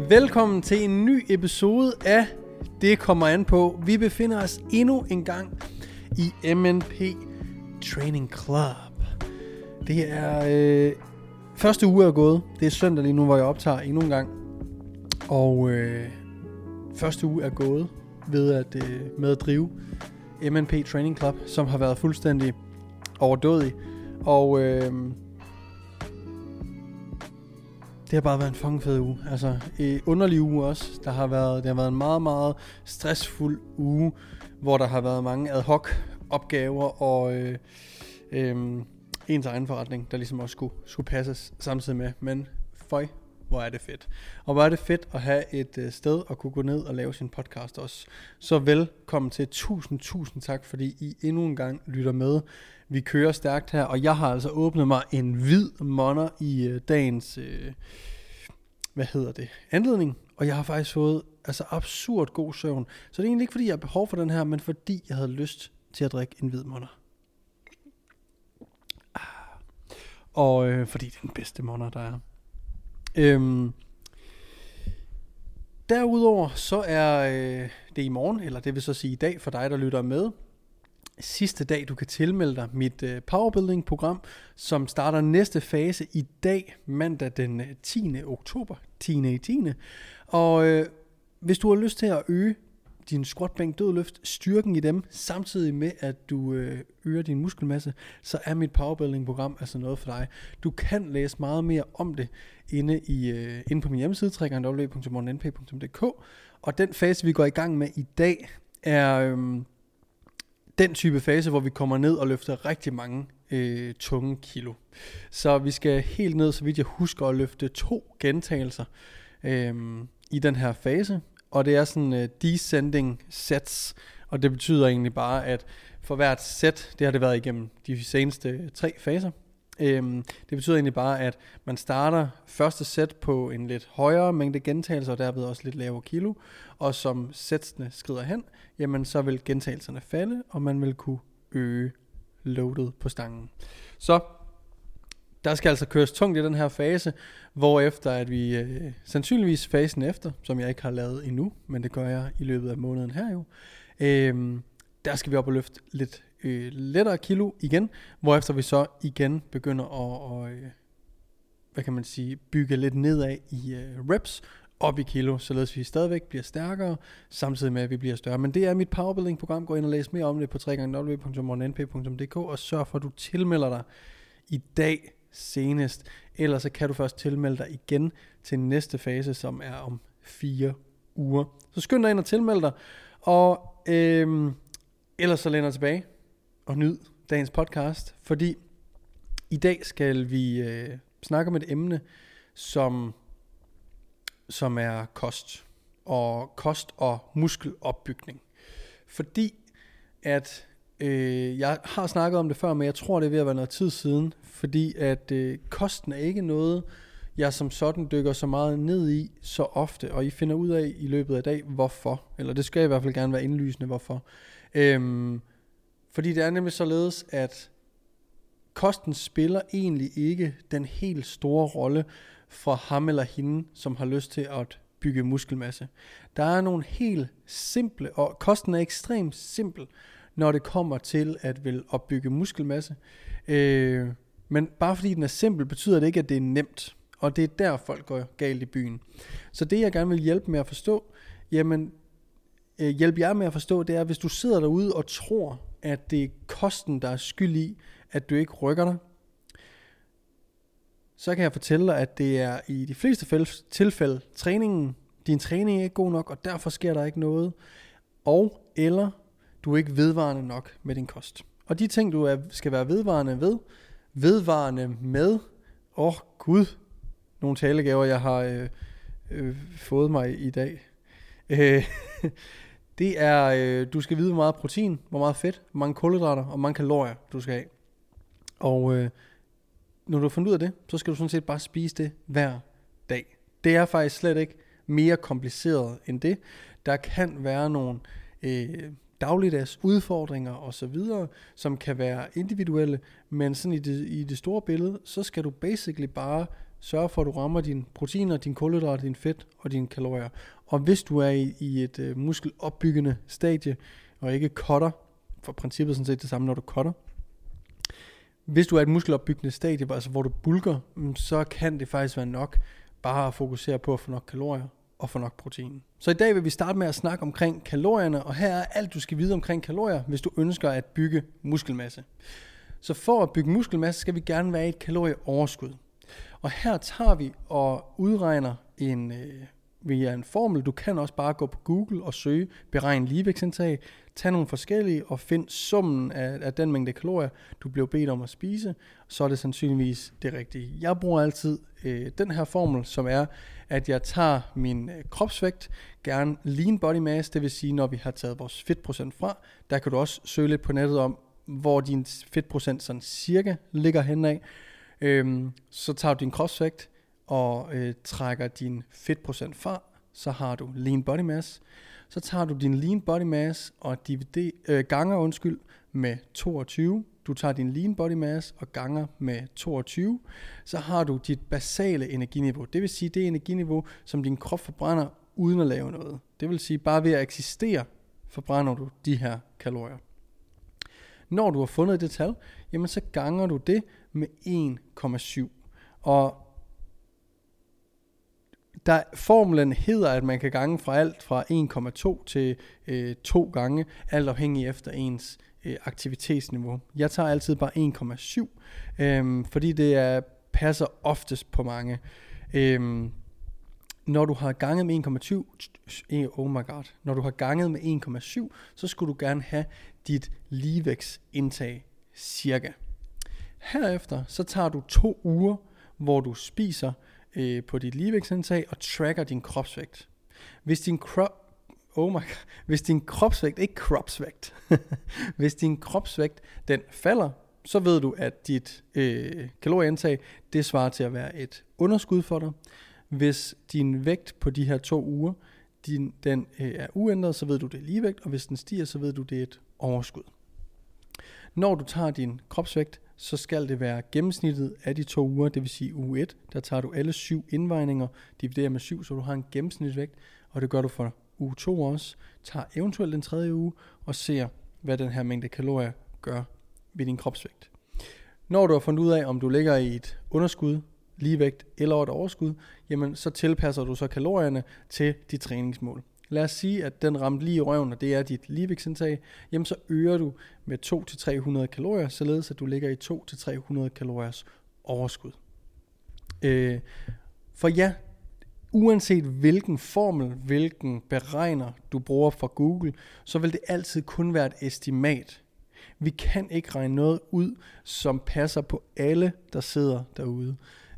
Velkommen til en ny episode af Det kommer an på. Vi befinder os endnu en gang i MNP Training Club. Det er første uge er gået. Det er søndag lige nu, hvor jeg optager endnu en gang. Og første uge er gået med at drive MNP Training Club, som har været fuldstændig overdådig. Og det har bare været en fucking fed uge. Altså en underlig uge også. Det har været en meget, meget stressfuld uge, hvor der har været mange ad hoc opgaver og ens egen forretning, der ligesom også skulle passes samtidig med. Men føj, hvor er det fedt. Og hvor er det fedt at have et sted at kunne gå ned og lave sin podcast også. Så velkommen til. Tusind tak, fordi I endnu en gang lytter med. Vi kører stærkt her, og jeg har altså åbnet mig en hvid monner i dagens anledning. Og jeg har faktisk fået absurd god søvn. Så det er egentlig ikke fordi jeg har behov for den her, men fordi jeg havde lyst til at drikke en hvid monner. Og fordi det er den bedste monner der er. Derudover så er det i morgen, eller det vil så sige i dag for dig der lytter med, sidste dag du kan tilmelde dig mit powerbuilding program, som starter næste fase i dag, mandag den 10. oktober, 10. Og hvis du har lyst til at øge din squat, bænk, dødløft, styrken i dem, samtidig med at du øger din muskelmasse, så er mit powerbuilding program altså noget for dig. Du kan læse meget mere om det inde på min hjemmeside, www.morgennp.dk, og den fase vi går i gang med i dag er den type fase, hvor vi kommer ned og løfter rigtig mange tunge kilo. Så vi skal helt ned, så vidt jeg husker, at løfte 2 gentagelser i den her fase. Og det er sådan descending sets, og det betyder egentlig bare, at for hvert sæt, det har det været igennem de seneste 3 faser, det betyder egentlig bare, at man starter første sæt på en lidt højere mængde gentagelser, og derved også lidt lavere kilo, og som sættene skrider hen, jamen så vil gentagelserne falde, og man vil kunne øge loadet på stangen. Så der skal altså køres tungt i den her fase, hvorefter at vi sandsynligvis fasen efter, som jeg ikke har lavet endnu, men det gør jeg i løbet af måneden her jo, der skal vi op og løfte lidt lettere kilo igen, hvorefter vi så igen begynder at bygge lidt nedad i reps op i kilo, således vi stadigvæk bliver stærkere, samtidig med at vi bliver større. Men det er mit powerbuilding program. Gå ind og læs mere om det på www.morgennp.dk og sørg for at du tilmelder dig i dag senest, ellers så kan du først tilmelde dig igen til næste fase, som er om 4 uger. Så skynd dig ind og tilmelde dig, og ellers så læner tilbage og nyd dagens podcast, fordi i dag skal vi snakke om et emne, som er kost og muskelopbygning. Fordi at jeg har snakket om det før, men jeg tror det er ved at være noget tid siden, fordi at kosten er ikke noget, jeg som sådan dykker så meget ned i så ofte, og I finder ud af i løbet af dag, hvorfor. Eller det skal i hvert fald gerne være indlysende, hvorfor. Fordi det er nemlig således, at kosten spiller egentlig ikke den helt store rolle for ham eller hende, som har lyst til at bygge muskelmasse. Der er nogle helt simple, og kosten er ekstremt simpel, når det kommer til at vil opbygge muskelmasse. Men bare fordi den er simpel, betyder det ikke, at det er nemt. Og det er der, folk går galt i byen. Så det, jeg gerne vil hjælpe med at forstå, hjælp jer med at forstå, det er, hvis du sidder derude og tror, at det er kosten, der er skyld i, at du ikke rykker dig, så kan jeg fortælle dig, at det er i de fleste tilfælde træningen. Din træning er ikke god nok, og derfor sker der ikke noget. Eller du er ikke vedvarende nok med din kost. Og de ting, du skal være vedvarende med, Gud, nogle talegaver, jeg har fået mig i dag. Det er, du skal vide, hvor meget protein, hvor meget fedt, hvor mange kulhydrater og hvor mange kalorier, du skal have. Og når du har fundet ud af det, så skal du sådan set bare spise det hver dag. Det er faktisk slet ikke mere kompliceret end det. Der kan være nogle dagligdags udfordringer og så videre, som kan være individuelle, men sådan i det store billede, så skal du basically bare Sørg for, at du rammer dine proteiner, dine kulhydrater, din fedt og dine kalorier. Og hvis du er i et muskelopbyggende stadie, og ikke cutter, for princippet er sådan set det samme, når du cutter. Hvis du er i et muskelopbyggende stadie, altså hvor du bulker, så kan det faktisk være nok bare at fokusere på at få nok kalorier og få nok protein. Så i dag vil vi starte med at snakke omkring kalorierne, og her er alt, du skal vide omkring kalorier, hvis du ønsker at bygge muskelmasse. Så for at bygge muskelmasse, skal vi gerne være i et kalorieoverskud. Og her tager vi og udregner via en formel. Du kan også bare gå på Google og søge, beregne ligevægtsindtag, tag nogle forskellige og find summen af den mængde kalorier, du bliver bedt om at spise. Så er det sandsynligvis det rigtige. Jeg bruger altid den her formel, som er, at jeg tager min kropsvægt, gerne lean body mass, det vil sige, når vi har taget vores fedtprocent fra. Der kan du også søge lidt på nettet om, hvor din fedtprocent sådan cirka ligger henad. Så tager du din kropsvægt og trækker din fedtprocent fra, så har du lean body mass. Så tager du din lean body mass og ganger med 22. Du tager din lean body mass og ganger med 22. Så har du dit basale energiniveau. Det vil sige, det energiniveau, som din krop forbrænder uden at lave noget. Det vil sige, bare ved at eksistere, forbrænder du de her kalorier. Når du har fundet det tal, jamen så ganger du det med 1,7. Og formlen hedder, at man kan gange fra alt fra 1,2 til 2 gange, alt afhængig efter ens aktivitetsniveau. Jeg tager altid bare 1,7, fordi det passer oftest på mange. Når du har ganget med 1,7, når du har ganget med 1,7, så skulle du gerne have dit ligevægtsindtag cirka. Herefter så tager du 2 uger, hvor du spiser på dit ligevægtsindtag og tracker din kropsvægt. Hvis din kropsvægt, ikke kropsvægt, hvis din kropsvægt den falder, så ved du, at dit kalorieindtag, det svarer til at være et underskud for dig. Hvis din vægt på de her 2 uger, den er uændret, så ved du, det er ligevægt, og hvis den stiger, så ved du, det er et overskud. Når du tager din kropsvægt, så skal det være gennemsnittet af de 2 uger, det vil sige uge 1. Der tager du alle 7 indvejninger, dividerer med 7, så du har en gennemsnitsvægt, og det gør du for uge 2 også. Tager eventuelt den 3. uge og ser, hvad den her mængde kalorier gør ved din kropsvægt. Når du har fundet ud af, om du ligger i et underskud, ligevægt eller et overskud, jamen så tilpasser du så kalorierne til dit træningsmål. Lad os sige, at den ramte lige i røven, og det er dit ligevægtsindtag, jamen så øger du med 200-300 kalorier, således at du ligger i 200-300 kaloriers overskud. For ja, uanset hvilken formel, hvilken beregner du bruger fra Google, så vil det altid kun være et estimat. Vi kan ikke regne noget ud, som passer på alle, der sidder derude.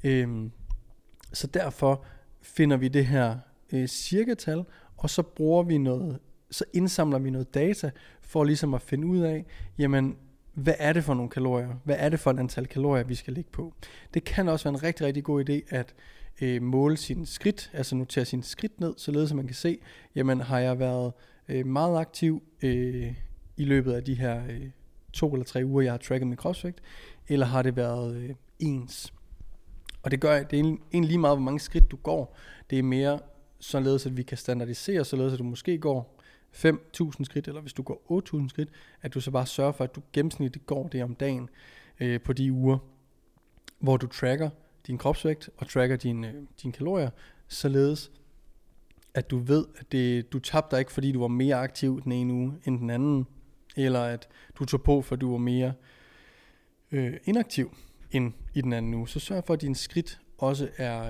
Så derfor finder vi det her cirka-tal, og så så indsamler vi noget data, for ligesom at finde ud af, jamen, hvad er det for nogle kalorier? Hvad er det for et antal kalorier, vi skal ligge på? Det kan også være en rigtig, rigtig god idé at måle sine skridt, altså notere sine skridt ned, således at man kan se, jamen, har jeg været meget aktiv i løbet af de her 2 eller 3 uger, jeg har tracket min kropsvægt, eller har det været ens? Og det er egentlig lige meget, hvor mange skridt du går. Det er mere således, at vi kan standardisere, således at du måske går 5.000 skridt, eller hvis du går 8.000 skridt, at du så bare sørger for, at du gennemsnitligt går det om dagen på de uger, hvor du tracker din kropsvægt og tracker dine kalorier, således at du ved, at du tabte dig ikke, fordi du var mere aktiv den ene uge end den anden, eller at du tog på, for du var mere inaktiv end i den anden uge. Så sørg for, at dine skridt også er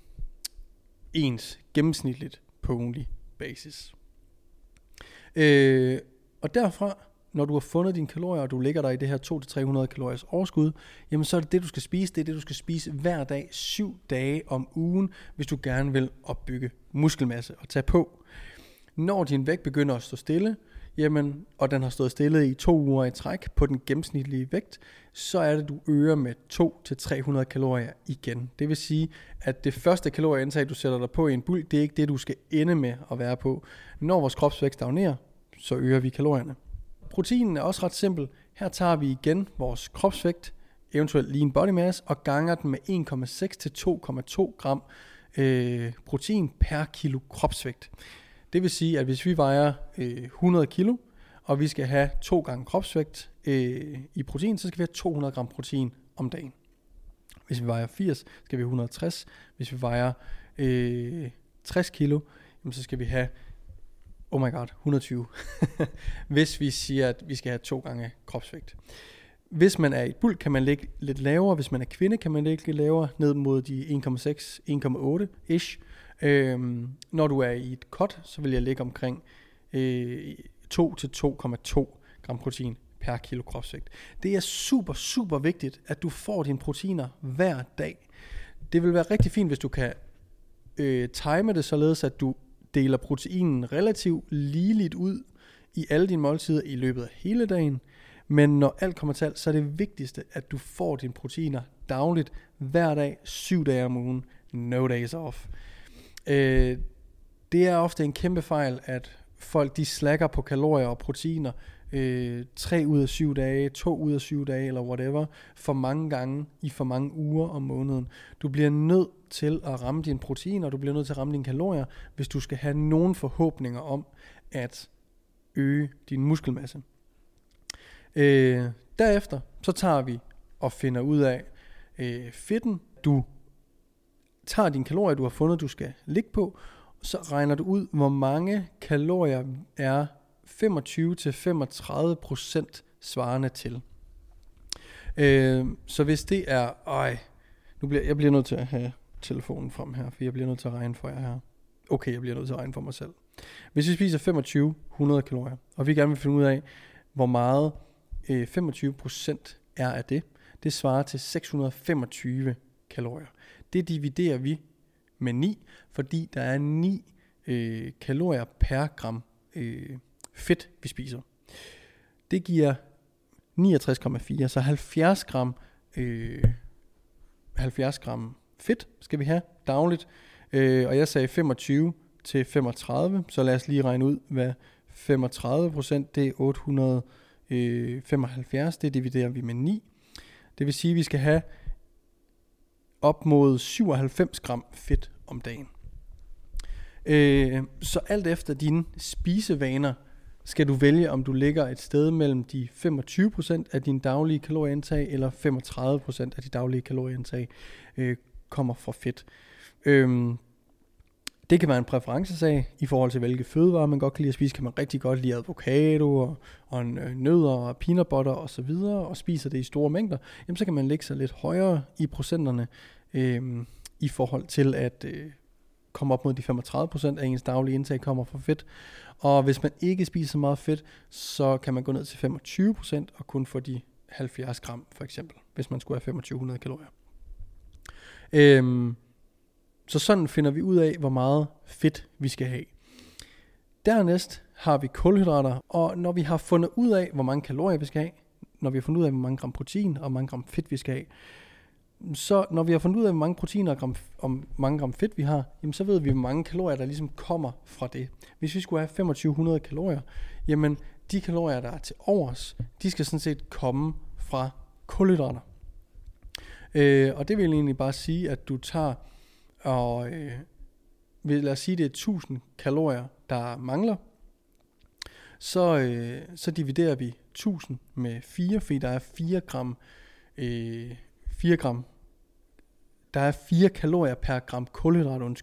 ens gennemsnitligt på ugentlig basis. Og derfra, når du har fundet dine kalorier, og du ligger der i det her 200-300 kaloriers overskud, jamen så er det du skal spise. Det er det, du skal spise hver dag, 7 dage om ugen, hvis du gerne vil opbygge muskelmasse og tage på. Når din vægt begynder at stå stille, jamen, og den har stået stille i 2 uger i træk på den gennemsnitlige vægt, så er det, du øger med 200-300 kalorier igen. Det vil sige, at det første kalorieindtag, du sætter dig på i en bulk, det er ikke det, du skal ende med at være på. Når vores kropsvægt stagnerer, så øger vi kalorierne. Proteinen er også ret simpel. Her tager vi igen vores kropsvægt eventuelt lean body mass, og ganger den med 1,6 til 2,2 gram protein per kilo kropsvægt. Det vil sige, at hvis vi vejer 100 kilo, og vi skal have 2 gange kropsvægt i protein, så skal vi have 200 gram protein om dagen. Hvis vi vejer 80, skal vi have 160. Hvis vi vejer 60 kilo, jamen så skal vi have 120. Hvis vi siger, at vi skal have 2 gange kropsvægt. Hvis man er i et bulk, kan man ligge lidt lavere. Hvis man er kvinde, kan man ligge lidt lavere, ned mod de 1,6, 1,8-ish. Når du er i et cut, så vil jeg ligge omkring 2 til 2,2 gram protein per kilo kropsvægt. Det er super, super vigtigt, at du får dine proteiner hver dag. Det vil være rigtig fint, hvis du kan time det således, at du deler proteinen relativt ligeligt ud i alle dine måltider i løbet af hele dagen. Men når alt kommer til alt, så er det vigtigste, at du får dine proteiner dagligt, hver dag, 7 dage om ugen, no days off. Det er ofte en kæmpe fejl, at folk de slacker på kalorier og proteiner 3 ud af 7 dage, 2 ud af 7 dage eller whatever, for mange gange i for mange uger om måneden. Du bliver nødt til at ramme dine proteiner, du bliver nødt til at ramme dine kalorier, hvis du skal have nogen forhåbninger om at øge din muskelmasse. Derefter så tager vi og finder ud af fedten. Du tager dine kalorier, du har fundet, du skal ligge på, så regner du ud, hvor mange kalorier er 25-35% svarende til. Så hvis det er, jeg bliver nødt til at have telefonen frem her, for jeg bliver nødt til at regne for jer her. Okay, jeg bliver nødt til at regne for mig selv. Hvis vi spiser 2500 kalorier, og vi gerne vil finde ud af, hvor meget 25% er af det, det svarer til 625 kalorier. Det dividerer vi med 9, fordi der er 9 kalorier per gram fedt, vi spiser. Det giver 69,4, så 70 gram fedt skal vi have dagligt. Og jeg sagde 25 til 35, så lad os lige regne ud, hvad 35% det er 875, det dividerer vi med 9. Det vil sige, at vi skal have op mod 97 gram fedt om dagen. Så alt efter dine spisevaner skal du vælge, om du ligger et sted mellem de 25% af din daglige kalorieindtag eller 35% af de daglige kalorieindtag kommer fra fedt. Det kan være en præferencesag i forhold til, hvilke fødevarer man godt kan lide at spise. Kan man rigtig godt lide avocado og nødder og peanut butter og så videre, og spiser det i store mængder, jamen så kan man lægge sig lidt højere i procenterne i forhold til at komme op mod de 35% af ens daglige indtag kommer fra fedt. Og hvis man ikke spiser så meget fedt, så kan man gå ned til 25% og kun få de 70 gram for eksempel, hvis man skulle have 2500 kalorier. Så sådan finder vi ud af, hvor meget fedt vi skal have. Dernæst har vi kulhydrater, og når vi har fundet ud af, hvor mange kalorier vi skal have, når vi har fundet ud af, hvor mange gram protein og hvor mange gram fedt vi skal have, så når vi har fundet ud af, hvor mange proteiner og hvor mange gram fedt vi har, jamen så ved vi, hvor mange kalorier, der ligesom kommer fra det. Hvis vi skulle have 2500 kalorier, jamen de kalorier, der er til overs, de skal sådan set komme fra kulhydrater. Og det vil egentlig bare sige, at du tager og lad os sige, det er 1000 kalorier, der mangler, så dividerer vi 1000 med 4, fordi der er 4 gram, der er 4 kalorier per gram kulhydrat,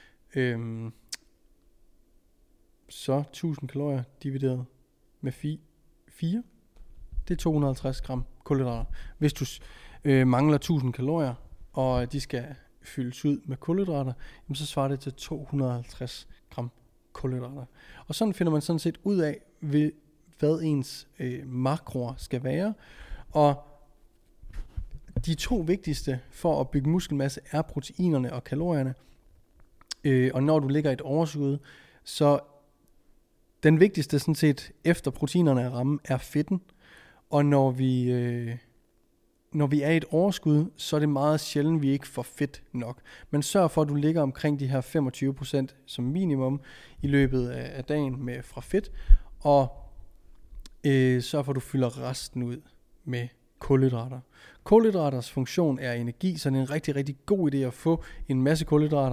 så 1000 kalorier divideret med 4, det er 250 gram kulhydrater. Hvis du mangler 1000 kalorier, og de skal fyldes ud med kulhydrater, jamen så svarer det til 250 gram kulhydrater. Og sådan finder man sådan set ud af, hvad ens makroer skal være. Og de 2 vigtigste for at bygge muskelmasse er proteinerne og kalorierne. Og når du ligger i et overskud, så den vigtigste sådan set efter proteinerne er ramme er fedten. Og når vi er i et overskud, så er det meget sjældent, vi ikke får fedt nok. Men sørg for, at du ligger omkring de her 25% som minimum i løbet af dagen fra fedt. Og sørg for, at du fylder resten ud med kulhydrater. Kulhydraters funktion er energi, så det er en rigtig, rigtig god idé at få en masse kulhydrater,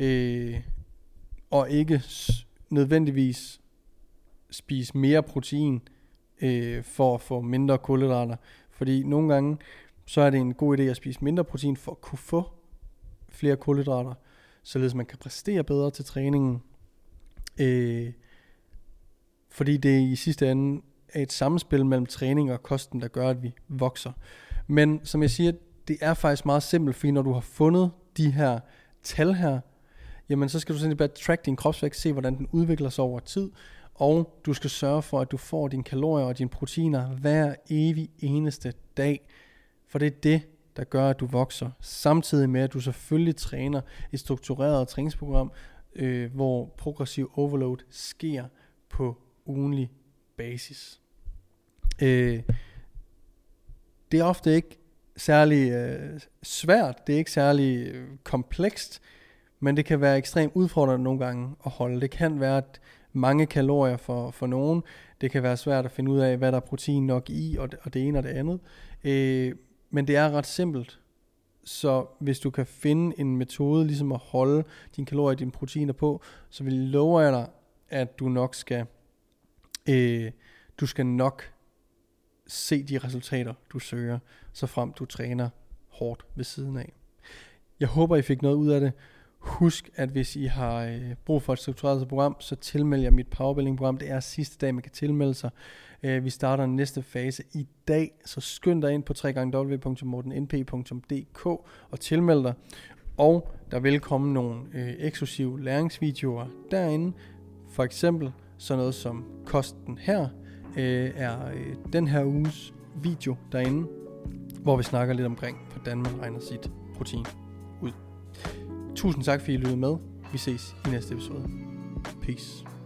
og ikke nødvendigvis spise mere protein for at få mindre kulhydrater. Fordi nogle gange, så er det en god idé at spise mindre protein for at kunne få flere kulhydrater, således man kan præstere bedre til træningen. Fordi det i sidste ende er et samspil mellem træning og kosten, der gør, at vi vokser. Men som jeg siger, det er faktisk meget simpelt, fordi når du har fundet de her tal her, jamen så skal du simpelthen bare track din kropsvægt, se hvordan den udvikler sig over tid, og du skal sørge for, at du får dine kalorier og dine proteiner hver evig eneste dag, for det er det, der gør, at du vokser, samtidig med, at du selvfølgelig træner et struktureret træningsprogram, hvor progressiv overload sker på ugentlig basis. Det er ofte ikke særlig svært, det er ikke særlig komplekst, men det kan være ekstremt udfordrende nogle gange at holde. Det kan være mange kalorier for nogen. Det kan være svært at finde ud af, hvad der er protein nok i, og det ene og det andet. Men det er ret simpelt. Så hvis du kan finde en metode, ligesom at holde dine kalorier og dine proteiner på, så vil jeg love dig, at du nok skal se de resultater, du søger, så frem du træner hårdt ved siden af. Jeg håber, I fik noget ud af det. Husk, at hvis I har brug for et struktureret program, så tilmeld jer mit powerbuilding-program. Det er sidste dag, man kan tilmelde sig. Vi starter næste fase i dag, så skynd dig ind på www.mortennp.dk og tilmeld dig. Og der vil komme nogle eksklusive læringsvideoer derinde. For eksempel sådan noget som kosten her er den her uges video derinde, hvor vi snakker lidt omkring, hvordan man regner sit protein ud. Tusind tak, fordi I lyttede med. Vi ses i næste episode. Peace.